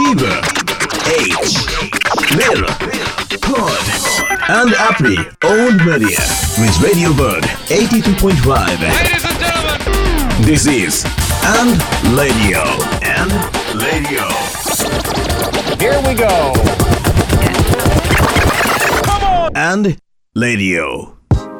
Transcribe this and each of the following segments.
TVer, H, Lil, Pod, and Apply owned media with Radio Bird 82.5. Ladies and gentlemen, This is And Radio. And Radio. here we go. And Radio.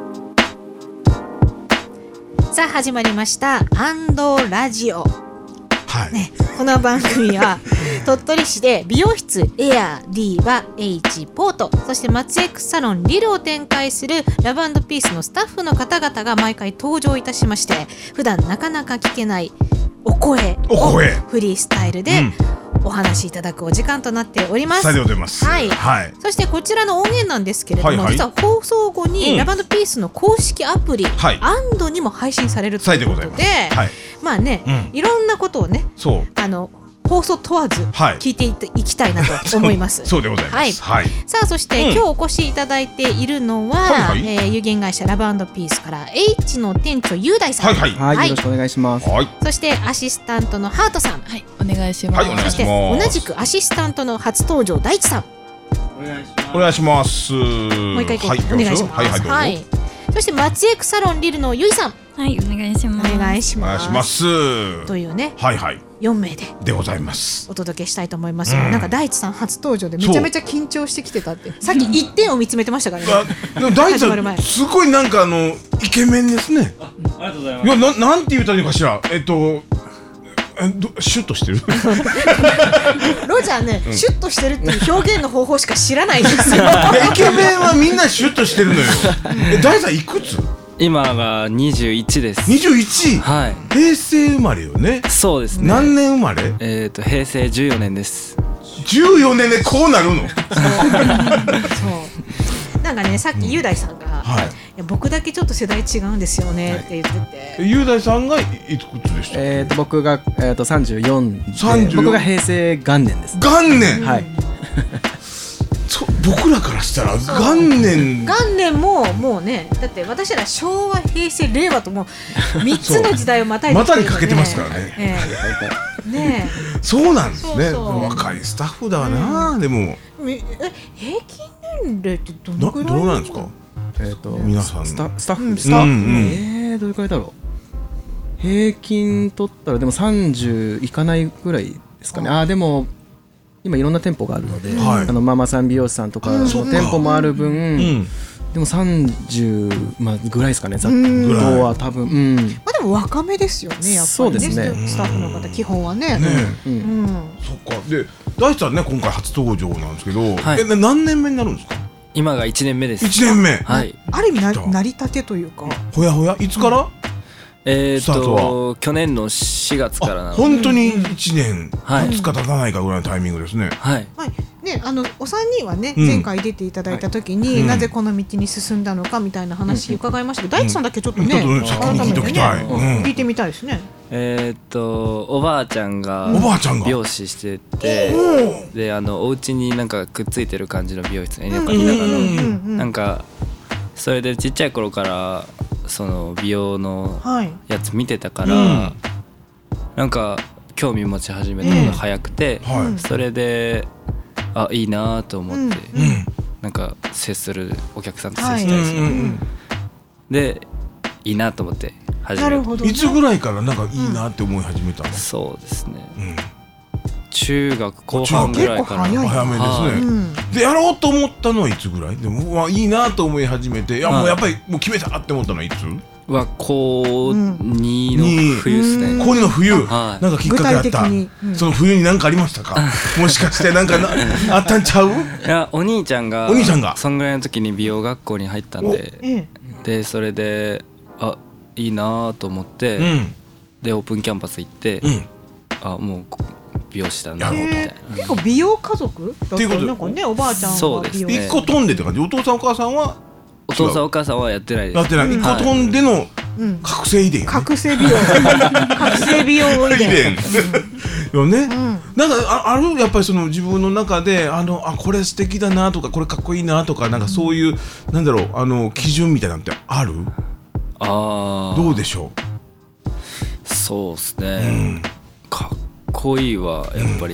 さあ始まりましたアンドラジオ、 はいね、この番組は鳥取市で美容室エアディーバ H ポート、そして松江区サロンリルを展開するラブ&ピースのスタッフの方々が毎回登場いたしまして、普段なかなか聞けないお声をフリースタイルでお話しいただくお時間となっております。 さようでございます。 はい、 はい。 そしてこちらの音源なんですけれども、 はいはい、 実は放送後にラブ&ピースの公式アプリ、 はいアンドにも配信されるということで、 はい、 まあね、いろんなことをね、 そう放送問わずはい聞いていきたいなと思います。 そうでございます。はい。 さあそして、今日お越しいただいているのは、 はいはい、 有限会社ラブ&ピースから H の店長雄大さん、 はいはい、よろしくお願いします。 はい。 そしてアシスタントのハートさん、 はい、お願いします。 はい、お願いそしてします。 同じくアシスタントの初登場大地さん、 お願いします。ももう一回お願いします。 はい、はい、どうぞ。 はいそして松江区サロンリルのゆいさん、 はい、お願いします。 お願いしお願ます。 いします。 というね、 はい、はい。 4名ででございます。 お届けしたいと思いますよ。なんか大地さん初登場でめちゃめちゃ緊張してきてたって、さっき一点を見つめてましたからね。 あ、でも大地さ始まる前ん、すごいなんかイケメンですね。 ありがとうございます。 いや、なんて言ったらいいのかしら。シュッとしてる。 ロジャーね、シュッとしてるっていう表現の方法しか知らないんですよ。 いや、イケメンはみんなシュッとしてるのよ。大地さんいくつ今が21です。 21。 はい。 平成生まれよね。 そうですね。 何年生まれ平成14年です。 14年でこうなるの。 そうなんかね、さっき雄大さんが、 はいいや僕だけちょっと世代違うんですよねって言ってて、 雄大さんがいくつでした？ 僕が34で、 34 僕が平成元年です。 元年。 はい。 僕らからしたら元年。 元年ももうね、だって私ら昭和平成令和ともう3つの時代をまたいできてるので、 股にかけてますからね。 ねそうなんですね。 そう若いスタッフだわな。でも平均年齢ってどのぐらいどうなんですか？皆さんスタッフですスタッフどれくらいだろう。平均取ったらでも30いかないぐらいですかね。でも今いろんな店舗があるので、 はい、 ママさん美容師さんとかの店舗もある分、でも30、ぐらいですかね。ざっとは多分、 まあでも若めですよね、やっぱりね。 そうですね。 スタッフの方基本はね。 そっか。で大地さんね、今回初登場なんですけど、 はい、 何年目になるんですか？ 今が1年目です。 1年目。 はい。 ある意味成り立てというか。 ほやほやいつから？ 去年の4月からなので。 本当に1年はい経つか経たないかぐらいのタイミングですね。 はい。 ね、お三人はね、前回出ていただいた時に、なぜこの道に進んだのかみたいな話伺いましたけど、大地さんだけちょっとね、 先に聞いておきたい。 聞いてみたいですね。 おばあちゃんが美容師してて、でお家になんかくっついてる感じの美容室ね、田舎のなんかそれでちっちゃい頃からその美容のやつ見てたから、なんか興味持ち始めたのが早くて、それでいいなと思って、なんか接するお客さんと接したりする、でいいなと思って始めた。 いつぐらいからなんかいいなって思い始めたの？ そうですね、中学後半ぐらいから早めですね。でやろうと思ったのはいつぐらい？でもいいなと思い始めて、いやもうやっぱりもう決めたって思ったのはいつ？ は高2の冬ですね。 高2の冬、なんかきっかけあった？その冬に何かありましたか？もしかしてなんかあったんちゃう？ いや、お兄ちゃんがそんぐらいの時に美容学校に入ったんで、でそれでいいなと思って、でオープンキャンパス行って、もう美容師だなみたいな。 結構美容家族だったなんかね、おばあちゃんは美容。 一個飛んでって感じ。お父さんお母さんは？ お父さんお母さんはやってないです。 やってない。一個飛んでの覚醒遺伝。 覚醒美容。覚醒美容遺伝。 よね。なんかあるやっぱりその自分の中でこれ素敵だなとかこれかっこいいなとかなんかそういうなんだろう基準みたいなのってある？どうでしょう？ そうですね。かっこいいはやっぱり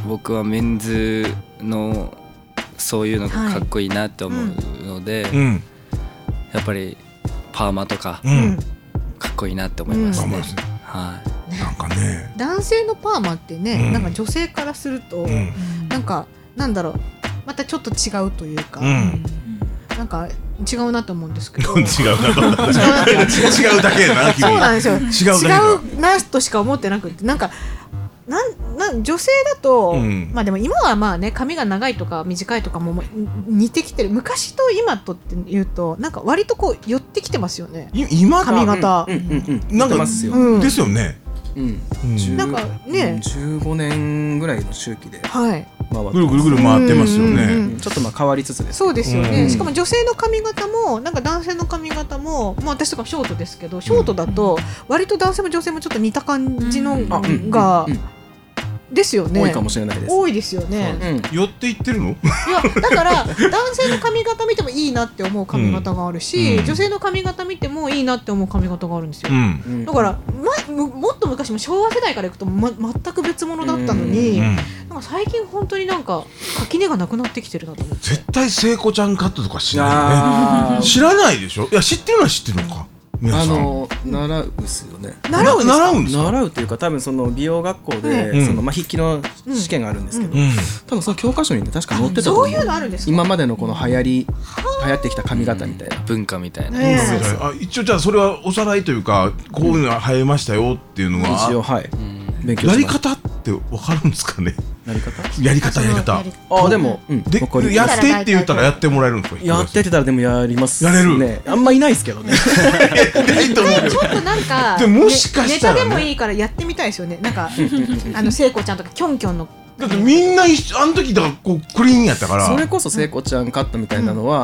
僕はメンズのそういうのがかっこいいなって思うので、やっぱりパーマとかかっこいいなって思いますね。はい。 なんかね、 男性のパーマってね、なんか女性からすると、なんかなんだろう、またちょっと違うというか、なんか違うなと思うんですけど。 違うなと思った。違うだけな。 そうなんですよ。 違うなとしか思ってなくて、なんか女性だと、まあでも今はまあね、髪が長いとか短いとかも似てきてる。昔と今とっていうとなんか割とこう寄ってきてますよね。 今髪型なんかですよね。 なんかね、15年ぐらいの周期でぐるぐる回ってますよね。 ちょっとまあ変わりつつです。 そうですよね。しかも女性の髪型もなんか男性の髪型も、まあ私とかショートですけど、ショートだと割と男性も女性もちょっと似た感じのがですよね。 多いかもしれないです。 多いですよね。 寄っていってるの？いやだから男性の髪型見てもいいなって思う髪型があるし、女性の髪型見てもいいなって思う髪型があるんですよ。だからもっと昔も昭和世代からいくと全く別物だったのに、なんか最近本当になんか垣根がなくなってきてるなと思って。 絶対聖子ちゃんカットとかしないよね。知らないでしょ？いや知ってるのは知ってるのか。 習うですよね。 習うんですか？ 習うというか、多分その美容学校でその筆記の試験があるんですけど、多分その教科書に確か載ってたと思う。 そういうのあるんですか？ 今までのこの流行ってきた髪型みたいな文化みたいな。 一応じゃあそれはおさらいというか、こういうのが生えましたよっていうのが一応勉強しました。 やり方ってわかるんですかね？やり方。 でもやってって言ったらやってもらえるんですか？ やってたらでもやりますね。 やれる。 あんまいないですけどね。 ちょっとなんかでもしかしたらネタでもいいからやってみたいですよね。なんか聖子ちゃんとかキョンキョンの。 だってみんなあの時だからこうクリーンやったから。 それこそ聖子ちゃんカットみたいなのは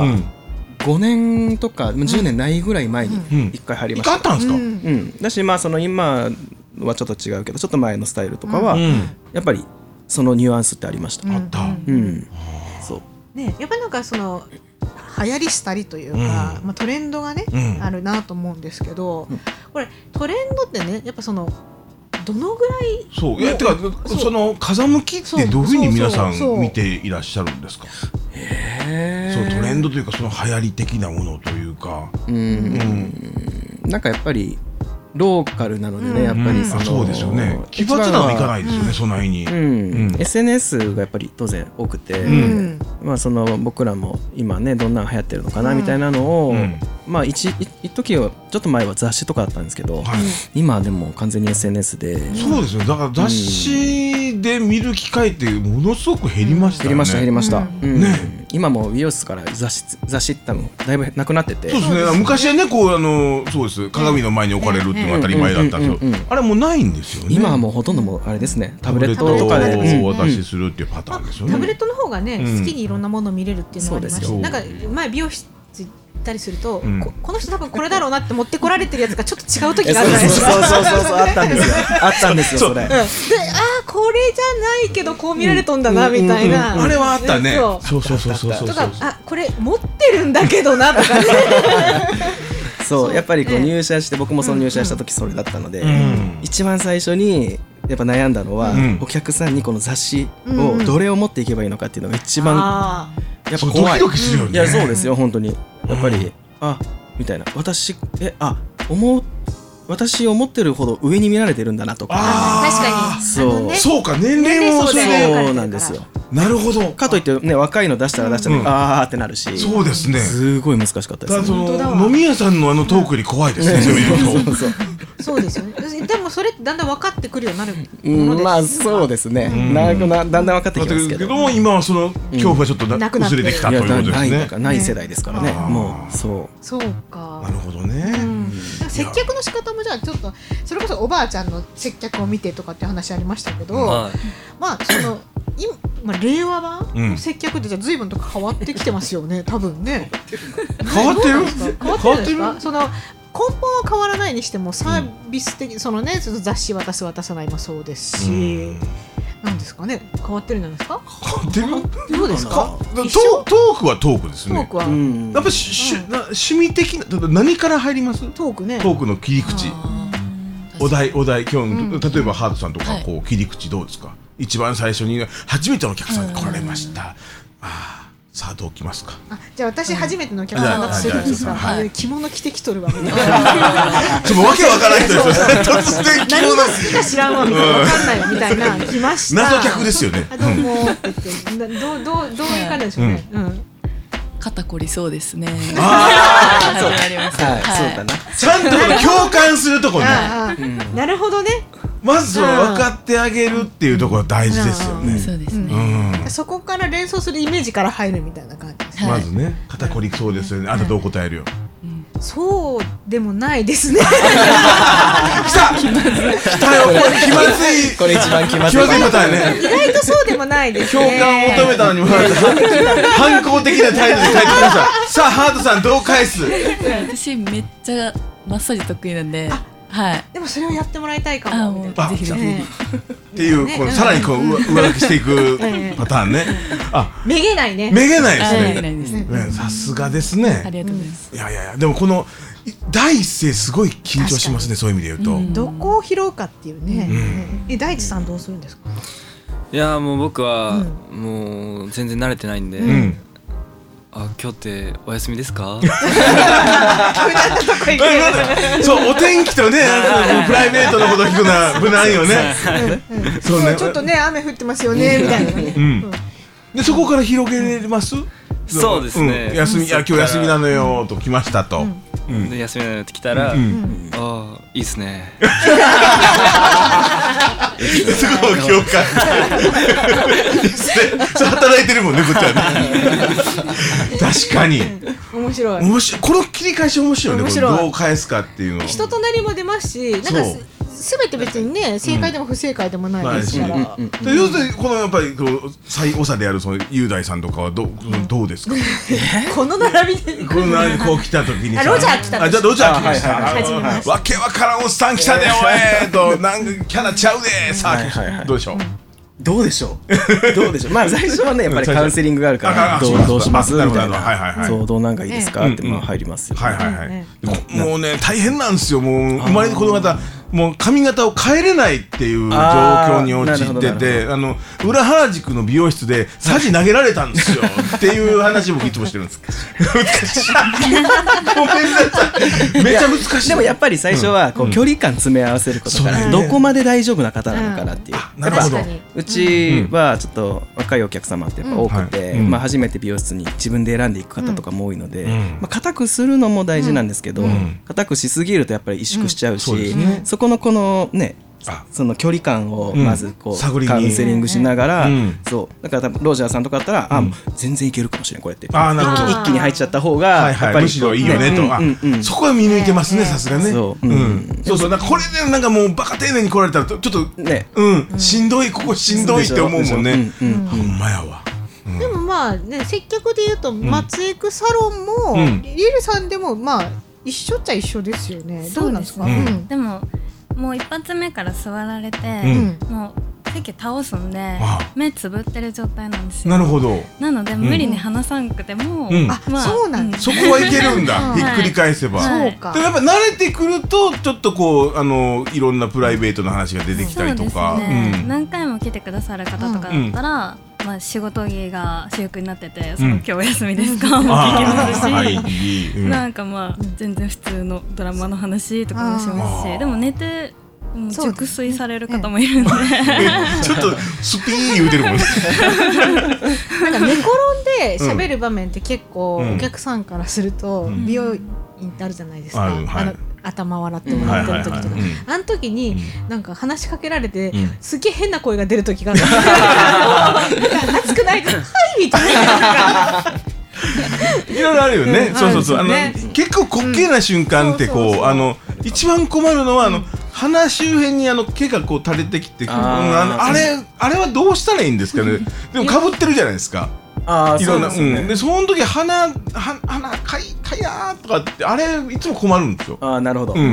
5年とか10年ないぐらい前に1回入りました。 あったんですか？ だしまあその今はちょっと違うけど、ちょっと前のスタイルとかはやっぱりそのニュアンスってありました。 あった。 そうね、やっぱりなんかその流行りしたりというか、まあトレンドがねあるなと思うんですけど、これトレンドってね、やっぱそのどのぐらい、 そういやてかその風向きってどういうふうに皆さん見ていらっしゃるんですか？そうトレンドというか、その流行り的なものというか、 なんかやっぱりローカルなのでね、やっぱりそうですよね。奇抜なのはいかないですよね、そないに。 SNS がやっぱり当然多くて、まあその僕らも今ねどんなの流行ってるのかなみたいなのを、まあ一時はちょっと前は雑誌とかだったんですけど、今はでも完全に SNS で。 そうですよ。だから雑誌で見る機会ってものすごく減りましたね。 減りました。今も美容室から雑誌って多分だいぶなくなってて。 そうですね。昔はね、こうそうです。鏡の前に置かれるっていうのが当たり前だったんですけど、あれもうないんですよね。 今はもうほとんどもうあれですね。タブレットとかでお渡しするっていうパターンですよね。 タブレットの方がね、好きにいろんなものを見れるっていうのがありまして、なんか前美容室行ったりすると、この人多分これだろうなって持ってこられてるやつがちょっと違う時があるじゃないですか。 そうあったんですよそれ。で、 これじゃないけどこう見られとんだなみたいな。 あれはあったね。そう。 とか、これ持ってるんだけどなとかね。 そうやっぱりこう入社して、僕もその入社した時それだったので、一番最初にやっぱ悩んだのは、お客さんにこの雑誌をどれを持っていけばいいのかっていうのが一番やっぱ怖い。 ドキドキするよね。 いやそうですよ本当に。やっぱりみたいな、私思ってるほど上に見られてるんだなとか。 確かに。 そうか、年齢もそうなんですよ。 なるほど。 かといってね、若いの出したらあーってなるし。 そうですね。 すごい難しかったです。 飲み屋さんのトークより怖いですね。 そうですよね。でもそれってだんだん分かってくるようになるものです。 まあそうですね。だんだん分かってきますけども、 今はその恐怖はちょっと薄れてきたということですね。 ない世代ですからね。もうそうか。 なるほどね。 接客の仕方もじゃあちょっとそれこそおばあちゃんの接客を見てとかって話ありましたけど、まあその今令和版の接客ってじゃあ随分と変わってきてますよね。多分ね。 変わってる？ 変わってるんですか？その根本は変わらないにしてもサービス的、そのね、ちょっと雑誌渡さないもそうですし、なんですかね、変わってるんじゃないですか？ 変わってる？ どうですか？ トークはトークですね。 トークはやっぱ趣味的な何から入ります？ トークね。 トークの切り口。お題今日例えばハートさんとかこう切り口どうですか？ 一番最初に初めてのお客さんが来られました。さあどうきますか。 じゃあ私初めてのお客さんだとするんですが、着物着てきとるわみたいな。 ちょっとわけわからない人ですよ。突然着物何が好きか知らんわみたいな、わかんないみたいな、来ました。 謎客ですよね。 どうもって言って、どういう感じでしょうね。 肩こりそうですね。 そうだな。 ちゃんと共感するところね。 なるほどね。 まずその分かってあげるっていうところ大事ですよね。 そうですね。 そこから連想するイメージから入るみたいな感じです。 まずね、肩こりそうですよね。あとどう答えるよ。 そうでもないですね。 来たよ、気まずい。 これ一番気まずいパターンね。 意外とそうでもないですね。 共感を求めたのに反抗的な態度で返ってきました。さあハートさんどう返す？ 私めっちゃマッサージ得意なんで、はい。 でもそれをやってもらいたいかも。 ぜひぜひ。 っていうこのさらにこう上書きしていくパターンね。 めげないね。 めげないですね。さすがですね。 ありがとうございます。 いやでもこの第一声すごい緊張しますね。そういう意味で言うと。 どこを拾うかっていうね。大地さんどうするんですか？ いやもう僕はもう全然慣れてないんで。今日ってお休みですか？ そうお天気とねプライベートのことを聞くのは無難よね。 そうね。ちょっとね雨降ってますよねみたいなね。 でそこから広げれます？ そうですね。 休み今日休みなのよと来ましたと。 で休みなのって来たらいいっすね。 すごい共感。働いてるもんねこっちはね。確かに面白い。 この切り返し面白いね。どう返すかっていうの。 人となりも出ますし、なんか全て別にね正解でも不正解でもないですから。 要するにこのやっぱり最長であるその雄大さんとかはどうですか？ この並びでこの並びでこう来た時にさ、 ロジャー来た。 じゃあロジャー来ました。わけわからんおっさん来たでおいとなんかキャラちゃうでさあどうでしょう？ どうでしょう。まあ最初はねやっぱりカウンセリングがあるからどうしますみたいな。そうどうなんかいいですかって入りますよ。 もうね大変なんですよ。もう生まれてこの方もう髪型を変えれないっていう状況に陥ってて、裏原宿の美容室でサジ投げられたんですよっていう話を僕いつもしてるんです。めっちゃ難しい。 でもやっぱり最初はこう距離感詰め合わせることからどこまで大丈夫な方なのかなっていう。やっぱうちはちょっと若いお客様ってやっぱ多くて、初めて美容室に自分で選んでいく方とかも多いので、硬くするのも大事なんですけど、硬くしすぎるとやっぱり萎縮しちゃうし、そこのこのねその距離感をまずこうカウンセリングしながら、そうだから多分ロジャーさんとかだったら全然いけるかもしれないこうやって一気に入っちゃった方がやっぱりむしろいいよねと。そこは見抜いてますねさすがね。そうなんかこれでなんかもうバカ丁寧に来られたらちょっとねしんどいここしんどいって思うもんね。ほんまやわ。 でもまあね接客で言うと松江区サロンもリルさんでもまあ一緒っちゃ一緒ですよね。どうなんですか？ でももう一発目から座られて、もう席倒すんで目つぶってる状態なんですよ。 なるほど。 なので無理に話さんくても、 そうなんです。 そこはいけるんだ。ひっくり返せば。そうか。でもやっぱ慣れてくるとちょっとこういろんなプライベートの話が出てきたりとか。 何回も来てくださる方とかだったら。まあ仕事着が主役になってて、今日お休みですかも聞きますし、なんかまあ全然普通のドラマの話とかもしますし、でも寝て熟睡される方もいるんで、 ちょっとスピーン言うてるもんね。 なんか寝転んで喋る場面って結構お客さんからすると美容院ってあるじゃないですか。頭笑ってもらってる時とか、あの時になんか話しかけられてすげえ変な声が出る時がある。熱くないです。はいみたいな。 いろいろあるよね。そう結構滑稽な瞬間ってこう一番困るのは鼻周辺に毛がこう垂れてきて、あれはどうしたらいいんですかね。でも被ってるじゃないですか。いろんなでその時鼻かいやーとかってあれいつも困るんですよ。 なるほど。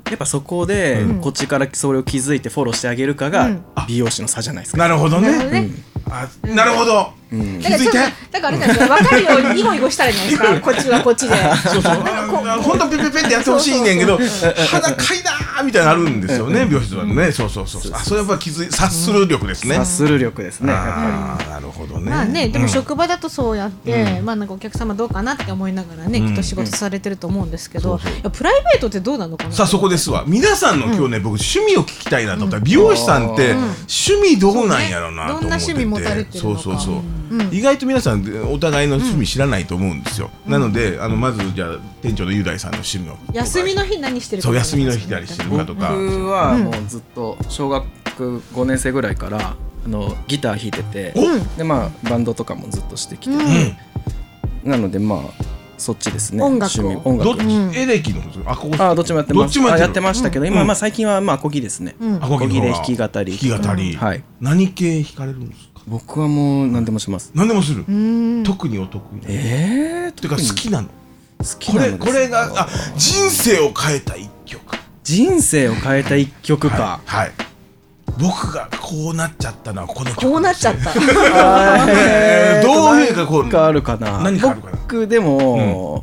やっぱそこでこっちからそれを気づいてフォローしてあげるかが美容師の差じゃないですか。 なるほどね。なるほど。気づいて。 だからあれなんですよ、分かるようにイゴイゴしたらいいじゃないですか。こっちはこっちで。 そうそう。本当ペペペってやってほしいねんけど、肌かいだーみたいなのあるんですよね、美容室はね。そうそうそう。それやっぱ察する力ですね。 察する力ですね。 なるほどね。 まあね、でも職場だとそうやってまあなんかお客様どうかなって思いながらね、きっと仕事されてると思うんですけど、プライベートってどうなのかな。 さあそこですわ。皆さんの今日ね、僕趣味を聞きたいなと思ったら、美容師さんって趣味どうなんやろうなと思ってて。 どんな趣味持たれてるのか。 そうそうそう。意外と皆さんお互いの趣味知らないと思うんですよ。なのでまずじゃあ店長の雄大さんの趣味を。 休みの日何してるか。 そう、休みの日何してるかとか。 僕はもうずっと小学5年生ぐらいからギター弾いてて、でまあバンドとかもずっとしてきてて、なのでまあそっちですね。 音楽。 どっちエレキのどっちもやってます。やってましたけど、今まあ最近はまあアコギですね。アコギで弾き語り。 はい。何系弾かれるんですか。 僕はもう何でもします。 何でもする。特にお得意。っていうか好きなの。 好きなの。 これが人生を変えた一曲。 人生を変えた一曲か。 はい。僕がこうなっちゃったのはこの曲。 こうなっちゃった。 どういうかこうかあるかな。 何かあるかな。 僕でも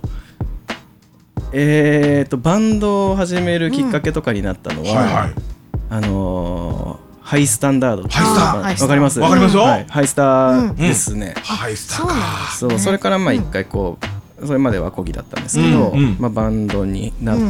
バンドを始めるきっかけとかになったのはハイスタンダード。 ハイスター。 わかります？ わかりますよ。 ハイスターですね。 ハイスターか。 そう、それからまあ一回こうそれまではアコギだったんですけど、まあバンドになって、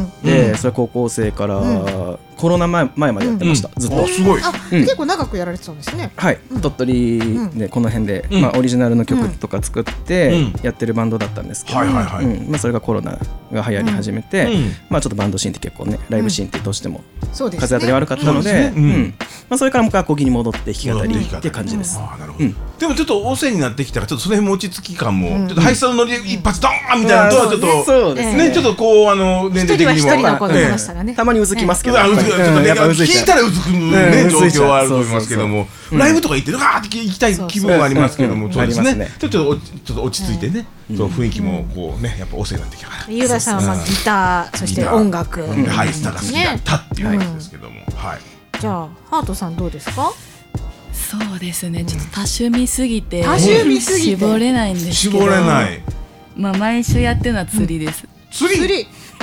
それ高校生からコロナ前までやってました。ずっと。 すごい。 結構長くやられてたんですね。 はい。鳥取でこの辺でまあオリジナルの曲とか作ってやってるバンドだったんですけど、まあそれがコロナが流行り始めて、まあちょっとバンドシーンって結構ねライブシーンってどうしても風当たり悪かったので、まあそれからもう一回アコギに戻って弾き語りっていう感じです。 でもちょっと旺盛になってきたらちょっとその辺も落ち着き感もちょっとハイスターのノリで一発ドーンみたいなのとはちょっとねちょっとこう年齢的にもたまにうずきますけど、 聞いたらうずくね状況はあると思いますけども、ライブとか行ってガーって行きたい気分はありますけども、そうですね。ちょっと落ち着いてね、その雰囲気もこうねやっぱ旺盛になってきたから。 雄大さんはギターそして音楽ハイスターが好きだったっていうことですけども、はい。 じゃあハートさんどうですか。 そうですね、ちょっと多趣味すぎて絞れないんですけど、 絞れない。 まあ毎週やってるのは釣りです。 釣り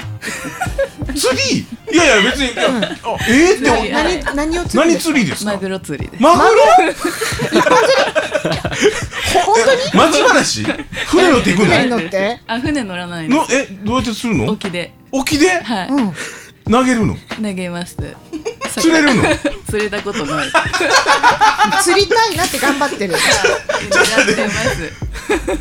いやいや別にって何を何釣りですか。 マグロ釣りです。 マグロ本当にマジ話。船乗って行くの。 船に乗って。 船乗らないの。 どうやって釣るの。 沖で。 はい。投げるの。 投げます。 釣れるの。 釣れたことない。 釣りたいなって頑張ってる。 やってます。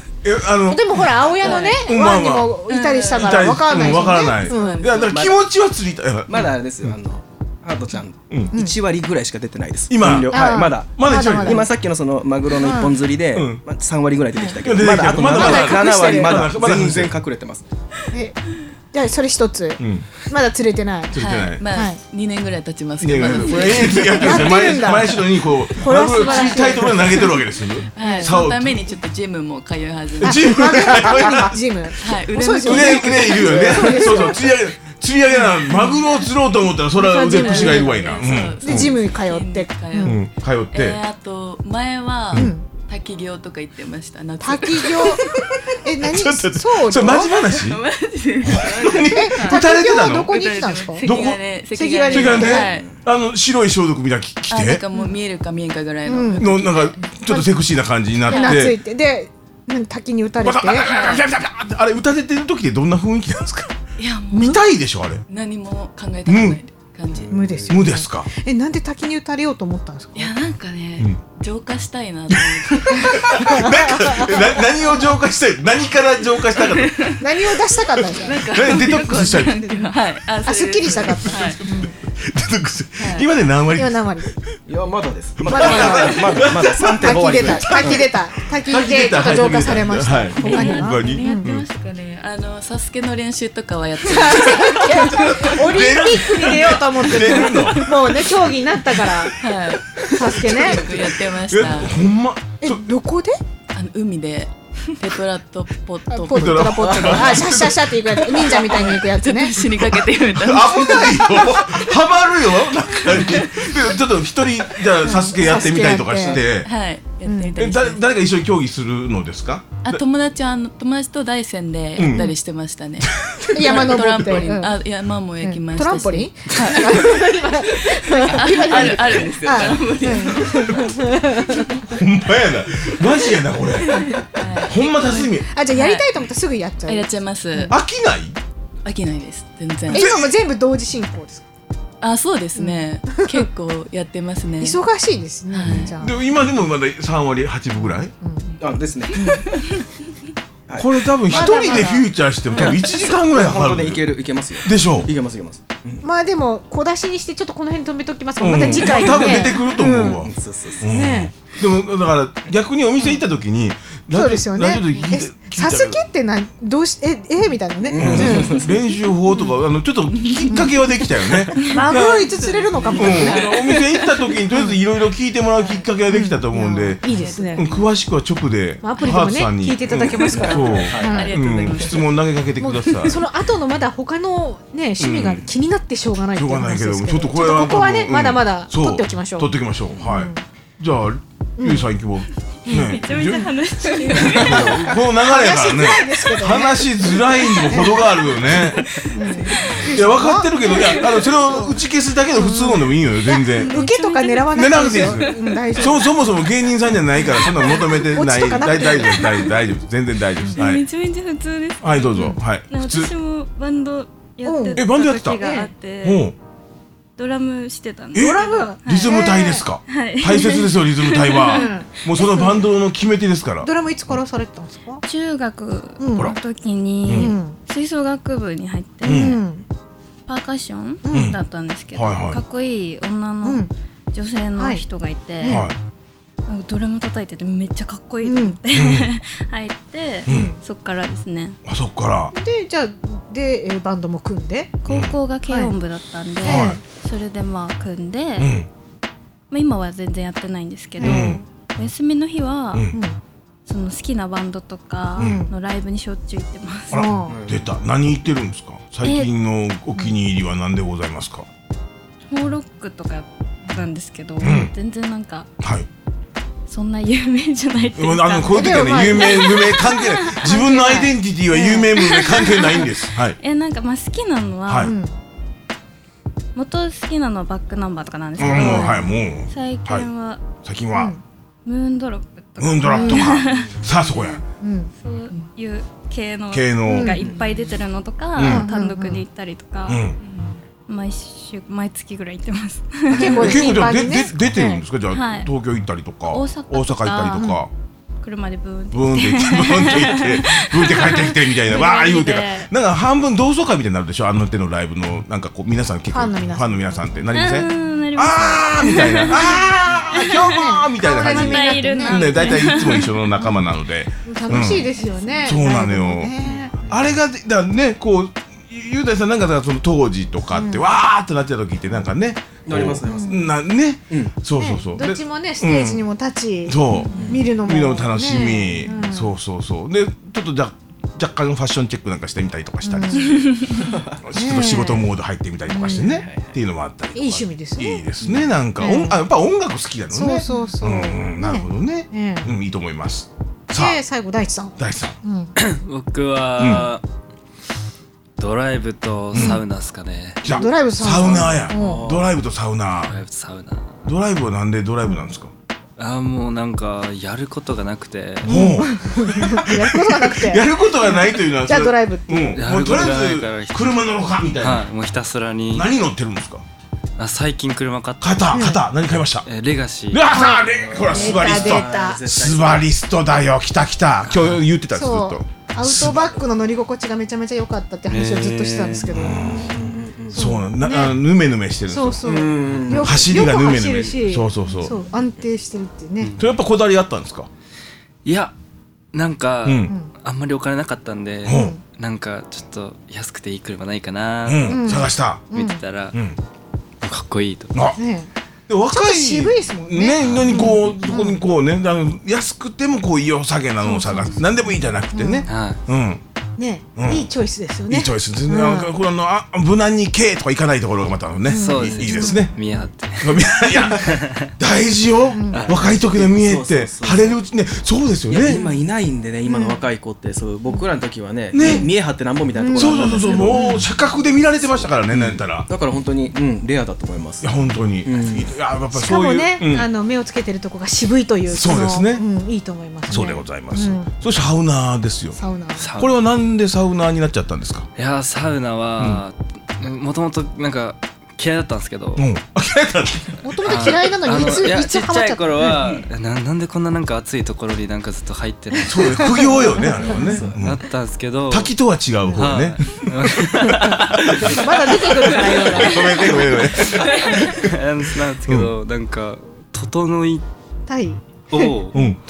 でもほら青屋のね湾にもいたりしたから分からないですよね。 分からない。いやだから気持ちは釣りたい。 まだあれですよ、ハートちゃん1割ぐらいしか出てないです。 今はいまだ今さっきのそのマグロの一本釣りで3割ぐらい出てきたけど、まだあと7割まだ全然隠れてます。 じゃあそれ一つまだ釣れてない。 まあ2年ぐらい経ちますけど、 毎週のようにこうマグロ釣りたいところに投げてるわけですよ。 そのためにちょっとジムも通い始めて。 ジム腕いるよね。そうそう釣り上げなマグロを釣ろうと思ったらそれは腕っぷしがいるわいな。 でジムに通って。 あと前は滝行とか行ってました。 滝行何そうそれマジ話。 滝行はどこに行ったんですか。 赤外で白い装束みたいな着てなんかもう見えるか見えんかぐらいのなんかちょっとセクシーな感じになってで滝に打たれてあれ打たれてる時ってどんな雰囲気なんですか。いや見たいでしょあれ。 何も考えたくない感じ。 無ですよ。 無ですか。 なんで滝に打たれようと思ったんですか。 いやなんかね浄化したいなと思って。 何を浄化したい。何から浄化したかった。 何を出したかったんですか。 デトックスしたい。 はい。 すっきりしたかった。 今で何割。 今何割。 いやまだです。 まだ 3.5 割。 滝でちょっと浄化されました。他にやってましたかね。サスケの練習とかはやってオリンピックに出ようと思ってる。もうね競技になったから。サスケね。 やってました。 ほんま。 どこで。 海で。 テトラとポットポットラポットでシャッシャッシャっていくやつ、忍者みたいにいくやつね。 死にかけてみたいな。 危ないよ、ハマるよ、中に。ちょっと一人じゃあサスケやってみたりとかして、 はい、やってみたりして。 誰か一緒に競技するのですか？ 友達と大山でやったりしてましたね。 山登って、 トランポリン、山も行きましたし。 トランポリン？ あるんですよ。トランポリン。 ほんまやな、マジやなこれ。ほんま多趣味。 じゃあやりたいと思ったらすぐやっちゃう。 やっちゃいます。 飽きない？ 飽きないです、全然。 今も全部同時進行ですか？ そうですね。結構やってますね。 忙しいですね。じゃあ。 でも今でもまだ3割8分ぐらい？ ですね。 これ多分一人でフューチャーしても多分1時間ぐらいかかる。 本当にいけますよ。 でしょう。 いけます。 まあでも小出しにしてちょっとこの辺止めときますから、また次回ね。 多分出てくると思うわ。 ね。 でもだから逆にお店行った時にそうですよね。サスケってどうしみたいなね。 練習法とかちょっときっかけはできたよね。 マグロいつ釣れるのかも。 お店行った時にとりあえずいろいろ聞いてもらうきっかけはできたと思うんで。 いいですね。 詳しくは直でアプリでもね聞いていただけますから。 質問投げかけてください。 その後のまだ他のね趣味が気になってしょうがないっていう話ですけど。 ちょっとこはねまだまだ取っておきましょう。 取っておきましょう。はい。じゃあゆいさん行きます。 めちゃめちゃ話してる。この流れからね、話しづらいにも程があるよね。いや分かってるけど、いやそれを打ち消すだけの普通のでもいいのよ、全然。 受けとか狙わないですよ。 そもそも芸人さんじゃないからそんなの求めてない。大丈夫、全然大丈夫です。 めちゃめちゃ普通です。 はい、どうぞ。はい。 私もバンドやってた時があって。ドラムしてたんです。 ドラムリズム隊ですか？大切ですよ、リズム隊は。もうそのバンドの決め手ですから。 ドラムいつからされてたんですか？ 中学の時に吹奏楽部に入ってパーカッションだったんですけど、かっこいい女の女性の人がいてドラム叩いててめっちゃかっこいいと思って入ってそっからですね。 そっからでじゃあバンドも組んで高校が軽音部だったんでそれでまあ組んで今は全然やってないんですけどお休みの日はその好きなバンドとかのライブにしょっちゅう行ってます。 出た。何言ってるんですか？最近のお気に入りは何でございますか？ ホーロックとかなんですけど全然なんかはいそんな有名じゃないっていうかこういう時はね有名無名関係ない。自分のアイデンティティは有名無名関係ないんです。 なんかまあ好きなのは元好きなのはバックナンバーとかなんですけど最近はムーンドロップとかさあそこやそういう系のがいっぱい出てるのとか単独に行ったりとか毎月ぐらい行ってます。 結構出てるんですか？じゃあ東京行ったりとか大阪行ったりとか車でブーンって行って帰ってきてみたいなわー言うてなんか半分同窓会みたいになるでしょ？あの手のライブのなんかこう皆さん結構ファンの皆さんってなりません？あーみたいな今日もみたいな感じで大体いつも一緒の仲間なので楽しいですよね。 そうなのよ。あれがだねこうゆうたいさんなんかその当時とかってわーってなっちゃう時ってなんかねなりますね。 そうどっちもねステージにも立ち見るのも楽しみ。そうでちょっと若干ファッションチェックなんかしてみたりとかしたりちょっと仕事モード入ってみたりとかしてねっていうのもあったりとか。 いい趣味ですね。 いいですね。なんかやっぱ音楽好きなのね。 そうなるほどね。いいと思います。 さあ最後大地さん。 僕はドライブとサウナですかね。 ドライブサウナや。ドライブとサウナ。ドライブはなんでドライブなんですか？ もうなんかやることがなくて。 やることがないというのはじゃあドライブって。 もうとりあえず車乗ろうかみたいな。 もうひたすらに。 何乗ってるんですか？ 最近車買った。 何買いました？ レガシー。 ほらスバリストだよ。来た今日言ってたんですずっと。 アウトバックの乗り心地がめちゃめちゃ良かったって話をずっとしてたんですけど。 そうぬめぬめしてる。 そう走りがぬめぬめ。 そう安定してるってね。 それやっぱこだわりあったんですか？ いやなんかあんまりお金なかったんでなんかちょっと安くていい車ないかな探した見てたらかっこいいと。 若い渋いですもんね。 のにこうそこにこうね安くてもこう良さげなのを探す。何でもいいじゃなくてね。 ね、いいチョイスですよね。 いいチョイスですね。これ無難に K とかいかないところがまたね、いいですね。 見え張って。 いや大事よ。若い時の見えって晴れるうちね、そうですよね。 今いないんでね、今の若い子ってそう僕らの時はね、見え張ってなんぼみたいなところあったんですけど、 もう社格で見られてましたからね、なんやったら。 だから本当にレアだと思います。 いや本当に。やっぱしかもね、目をつけてるとこが渋いという。 そうですね。 いいと思います。 そうでございます。そしてサウナーですよ。 サウナ。 これはなんでサウナーになっちゃったんですか？ いやサウナはもともとなんか嫌いだったんですけど、 もともと嫌いなのにいつハマっちゃった。 ちっちゃい頃はなんでこんななんか暑いところになんかずっと入ってるの。 そう苦行よねあれはね。 なったんですけど。 滝とは違う方ね。 まだ出てくるからよ。 ごめん。 なんですけどなんか整いを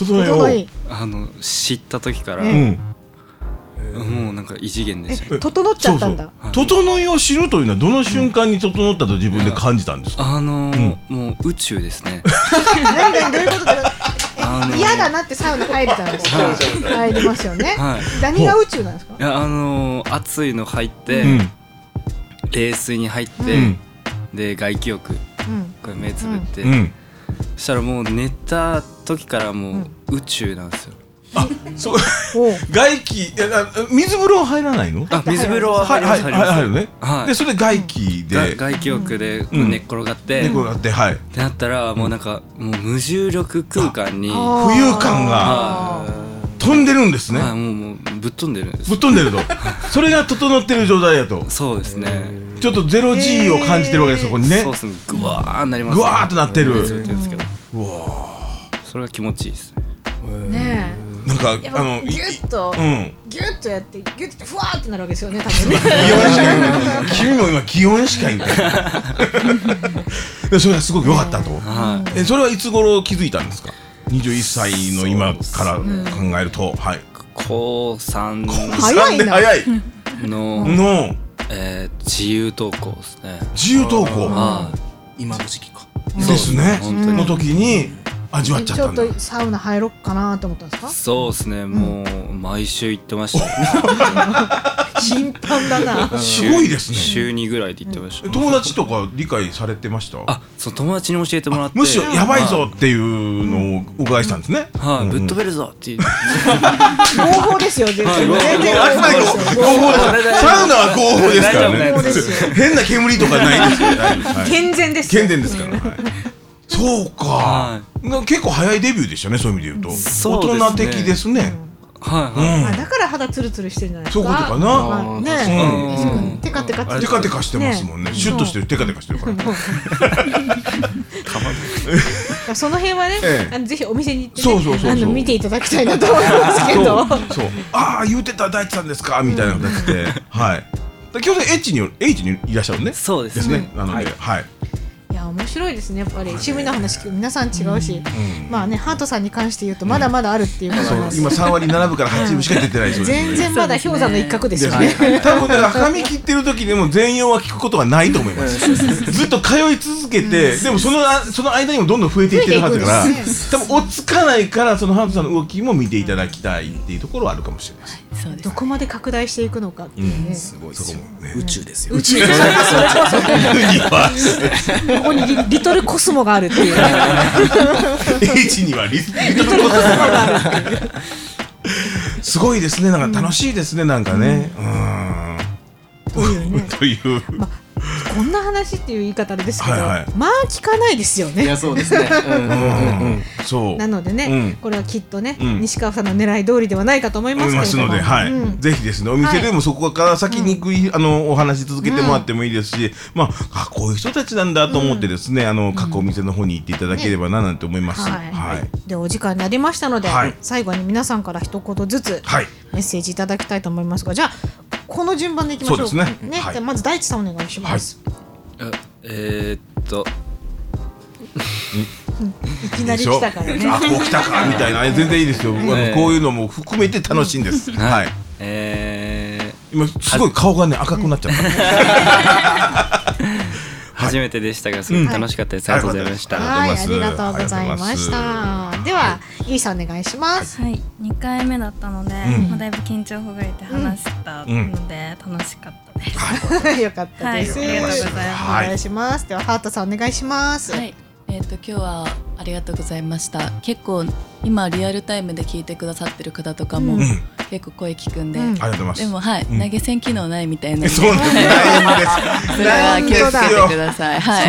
知った時からもうなんか異次元でした。 整っちゃったんだ。 整いを知るというのはどの瞬間に整ったと自分で感じたんですか？ もう宇宙ですね。 どういうことだ。嫌だなってサウナ入るじゃないですか。入りますよね。何が宇宙なんですか？ いや暑いの入って冷水に入ってで外気浴これ目つぶってそしたらもう寝た時からもう宇宙なんですよ。 あ、そう外気水風呂入らないの？ 水風呂は入るね。でそれで外気で外気浴で寝っ転がってはいってなったらもうなんかもう無重力空間に浮遊感が飛んでるんですね。 もうぶっ飛んでるんです。 ぶっ飛んでるとそれが整ってる状態だと。 そうですね。 ちょっとゼロ G を感じてるわけですそこにね。 そうですね。グワーなります。 グワーっとなってる。 それが気持ちいいですね。 ねえ。 なんかギュッとやってギュッとふわーってなるわけですよね多分ね。 君も今気温しかいない。それがすごく良かったと。それはいつ頃気づいたんですか？21歳の今から考えると、はい。 高3 早いな。 の自由登校ですね。 自由登校。 今の時期か。 ですね。の時に。味わっちゃったんだ。 ちょっとサウナ入ろっかなと思ったんですか？ そうですね。もう毎週行ってました。 頻繁だな。 すごいですね。 週2ぐらいで行ってました。 友達とか理解されてました？ そう友達に教えてもらって。 むしろやばいぞっていうのをお伺いしたんですね。 はい。ぶっ飛べるぞって。合法ですよ。全然。 合法。サウナは合法ですからね。変な煙とかないですよ。 健全です。 健全ですから。そうか。結構早いデビューでしたね。そういう意味で言うと大人的ですね。 だから肌ツルツルしてるんじゃないですか。 そういうことかな。 ね。テカテカしてますもんね。シュッとしてるテカテカしてるから。 その辺はね、ぜひお店に行って見ていただきたいなと思いますけど。 そう。言うてた大地さんですかみたいな形で、はい。基本的にHにいらっしゃるね。 そうですね。 なので、はい。 いや面白いですねやっぱり趣味の話皆さん違うし、まあねハートさんに関して言うとまだまだあるっていうことなんです。 今3割7分から8分しか出てないそうです。 全然まだ氷山の一角ですよね。 多分髪切ってる時でも全容は聞くことがないと思います。ずっと通い続けてでもその間にもどんどん増えていってるはずだから多分落ち着かないからそのハートさんの動きも見ていただきたいっていうところはあるかもしれない。 どこまで拡大していくのかっていうね。 すごいですよ。宇宙ですよ。 宇宙。ここにリトルコスモがあるっていう。 H にはリトルコスモがあるっていう。すごいですね。なんか楽しいですね。なんかね。という。 こんな話っていう言い方ですけど、まあ聞かないですよね。 いやそうですね。 そう。 なのでね、これはきっとね、西川さんの狙い通りではないかと思いますけれども。 ので、はい。ぜひですね、お店でもそこから先にお話続けてもらってもいいですし、まあこういう人たちなんだと思ってですね、各お店の方に行っていただければななんて思います。はい。 でお時間になりましたので、最後に皆さんから一言ずつメッセージいただきたいと思いますが、じゃあこの順番でいきましょう。 そうですね。 まず大地さんお願いします。 いきなり来たからね。 こう来たかみたいな全然いいですよ。こういうのも含めて楽しいんです。はい。今すごい顔がね赤くなっちゃった。 初めてでしたがすごく楽しかったです。ありがとうございました。 はい、ありがとうございました。ではゆいさんお願いします。 はい、2回目だったので、だいぶ緊張ほぐれて話したので楽しかったです。 よかったです。ありがとうございます。お願いします。ではハートさんお願いします。 はい。今日はありがとうございました。結構今リアルタイムで聞いてくださってる方とかも結構声聞くんで、でもはい、投げ銭機能ないみたいな。 そうなんです。 それは気をつけてください。はい。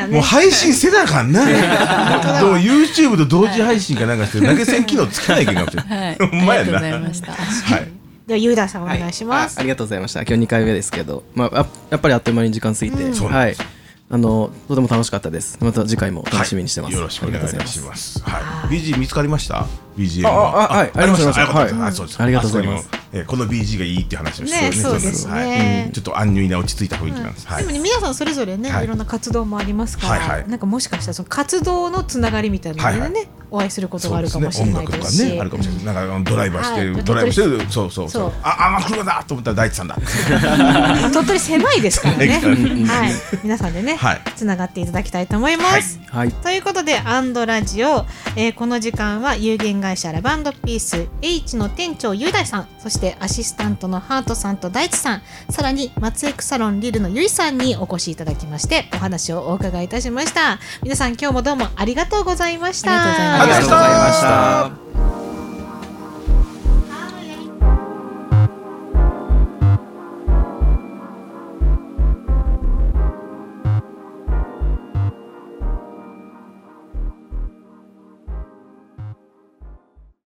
もう配信せなあかんな。YouTube と同時配信かなんかして投げ銭機能つけないといけないかもしれない。 はい。ありがとうございました。はい。 ではゆうださんお願いします。 ありがとうございました。今日2回目ですけど、やっぱりあっという間に時間過ぎて、はい。とても楽しかったです。また次回も楽しみにしてます。 よろしくお願いします。はい。BG 見つかりました？ BGM はい、ありました。 ありがとうございます。この BG がいいって話をしてね。そうですね。 ちょっとアンニュイな落ち着いた雰囲気なんです。 でもね、皆さんそれぞれね、いろんな活動もありますから、なんかもしかしたらその活動のつながりみたいなのでね、お会いすることがあるかもしれないですし、 音楽とかね、あるかもしれない。なんかドライブしてる、そう。あ、車だと思ったら大地さんだ。 鳥取狭いですからね。はい、皆さんでね、つながっていただきたいと思います。ということで、アンドラジオ、この時間は有限会社ラバンドピース H の店長雄大さん、そしてアシスタントのハートさんと大地さん、さらに松エクサロンリルのゆいさんにお越しいただきましてお話をお伺いいたしました。皆さん今日もどうもありがとうございました。 ありがとうございました。